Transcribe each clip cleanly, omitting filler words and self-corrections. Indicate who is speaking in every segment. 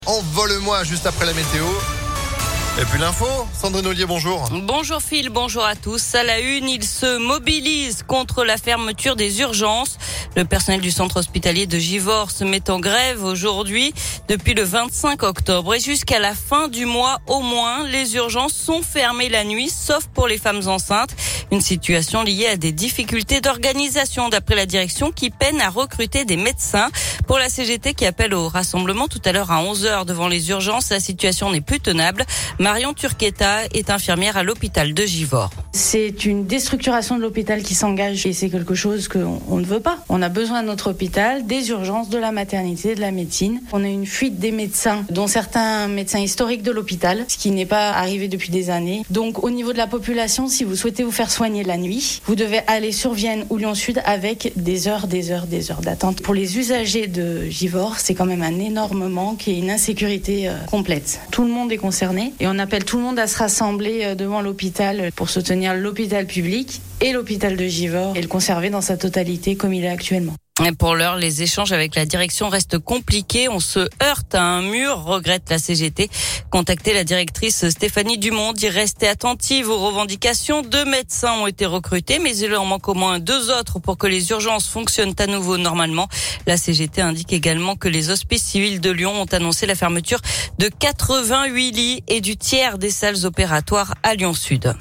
Speaker 1: Envole-moi juste après la météo. Et puis l'info, Sandrine Ollier, bonjour.
Speaker 2: Bonjour Phil, bonjour à tous. À la une, ils se mobilisent contre la fermeture des urgences. Le personnel du centre hospitalier de Givors se met en grève aujourd'hui depuis le 25 octobre. Et jusqu'à la fin du mois au moins, les urgences sont fermées la nuit, sauf pour les femmes enceintes. Une situation liée à des difficultés d'organisation d'après la direction qui peine à recruter des médecins. Pour la CGT qui appelle au rassemblement tout à l'heure à 11h devant les urgences, la situation n'est plus tenable. Marion Turqueta est infirmière à l'hôpital de Givors.
Speaker 3: C'est une déstructuration de l'hôpital qui s'engage et c'est quelque chose qu'on ne veut pas. On a besoin de notre hôpital, des urgences, de la maternité, de la médecine. On a une fuite des médecins, dont certains médecins historiques de l'hôpital, ce qui n'est pas arrivé depuis des années. Donc au niveau de la population, si vous souhaitez vous faire soigner la nuit, vous devez aller sur Vienne ou Lyon Sud avec des heures d'attente. Pour les usagers de Givors, c'est quand même un énorme manque et une insécurité complète. Tout le monde est concerné et on appelle tout le monde à se rassembler devant l'hôpital pour soutenir l'hôpital public et l'hôpital de Givors et le conserver dans sa totalité comme il est actuellement.
Speaker 2: Et pour l'heure, les échanges avec la direction restent compliqués. On se heurte à un mur, regrette la CGT. Contactez la directrice Stéphanie Dumont, dit rester attentive aux revendications. 2 médecins ont été recrutés, mais il en manque au moins 2 autres pour que les urgences fonctionnent à nouveau normalement. La CGT indique également que les hospices civils de Lyon ont annoncé la fermeture de 88 lits et du tiers des salles opératoires à Lyon Sud.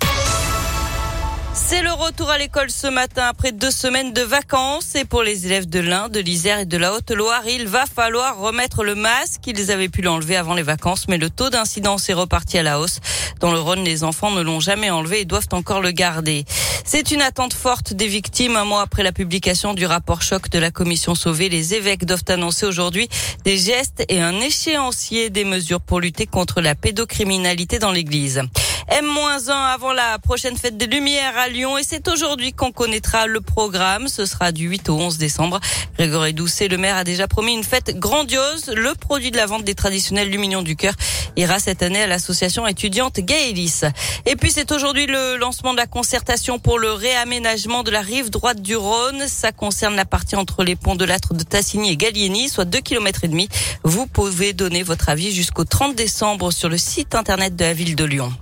Speaker 2: C'est le retour à l'école ce matin après 2 semaines de vacances et pour les élèves de l'Ain, de l'Isère et de la Haute-Loire, il va falloir remettre le masque. Ils avaient pu l'enlever avant les vacances, mais le taux d'incidence est reparti à la hausse. Dans le Rhône, les enfants ne l'ont jamais enlevé et doivent encore le garder. C'est une attente forte des victimes. Un mois après la publication du rapport choc de la commission Sauvé, les évêques doivent annoncer aujourd'hui des gestes et un échéancier des mesures pour lutter contre la pédocriminalité dans l'église. M-1 avant la prochaine fête des Lumières à Lyon et c'est aujourd'hui qu'on connaîtra le programme. Ce sera du 8 au 11 décembre. Grégory Doucet, le maire, a déjà promis une fête grandiose. Le produit de la vente des traditionnels Lumignon du Cœur ira cette année à l'association étudiante Gaëlis. Et puis c'est aujourd'hui le lancement de la concertation pour le réaménagement de la rive droite du Rhône. Ça concerne la partie entre les ponts de Lattre de Tassigny et Gallieni, soit 2,5 km. Vous pouvez donner votre avis jusqu'au 30 décembre sur le site internet de la ville de Lyon.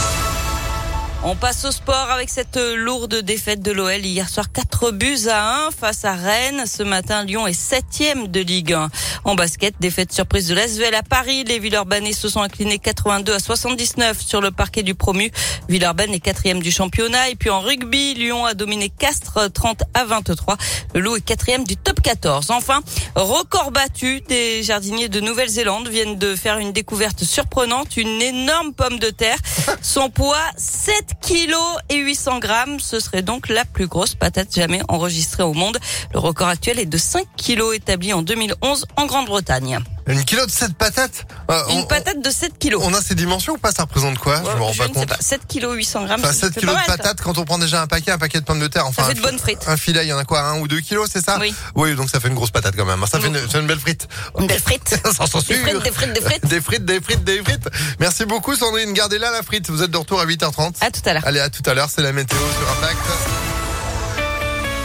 Speaker 2: On passe au sport avec cette lourde défaite de l'OL hier soir, 4-1 face à Rennes. Ce matin, Lyon est 7e de Ligue 1. En basket, défaite surprise de l'ASVEL à Paris. Les Villeurbanais se sont inclinés 82-79 sur le parquet du promu. Villeurbanne est 4e du championnat. Et puis en rugby, Lyon a dominé Castres 30-23. Le Loup est 4e du top 14. Enfin, record battu. Des jardiniers de Nouvelle-Zélande viennent de faire une découverte surprenante. Une énorme pomme de terre. Son poids, 7 kilos et 800 grammes. Ce serait donc la plus grosse patate jamais enregistrée au monde. Le record actuel est de 5 kilos établi en 2011 en Grande-Bretagne.
Speaker 1: Une kilo de 7 patates
Speaker 2: Une patate de 7 kilos.
Speaker 1: On a ces dimensions ou pas? Ça représente quoi? Je me rends pas compte.
Speaker 2: 7 kilos 800 grammes.
Speaker 1: Enfin, 7 kilos de patates quand on prend déjà un paquet de pommes de terre. Enfin,
Speaker 2: ça fait de bonnes frites.
Speaker 1: Un filet, il y en a quoi? 1 ou 2 kilos, c'est ça?
Speaker 2: Oui.
Speaker 1: Oui, donc ça fait une grosse patate quand même. Ça fait une belle frite.
Speaker 2: Une belle frite.
Speaker 1: Sans censure.
Speaker 2: Des frites.
Speaker 1: Merci beaucoup Sandrine. Gardez là la frite. Vous êtes de retour à 8h30.
Speaker 2: À tout à l'heure.
Speaker 1: Allez, à tout à l'heure. C'est la météo sur Impact.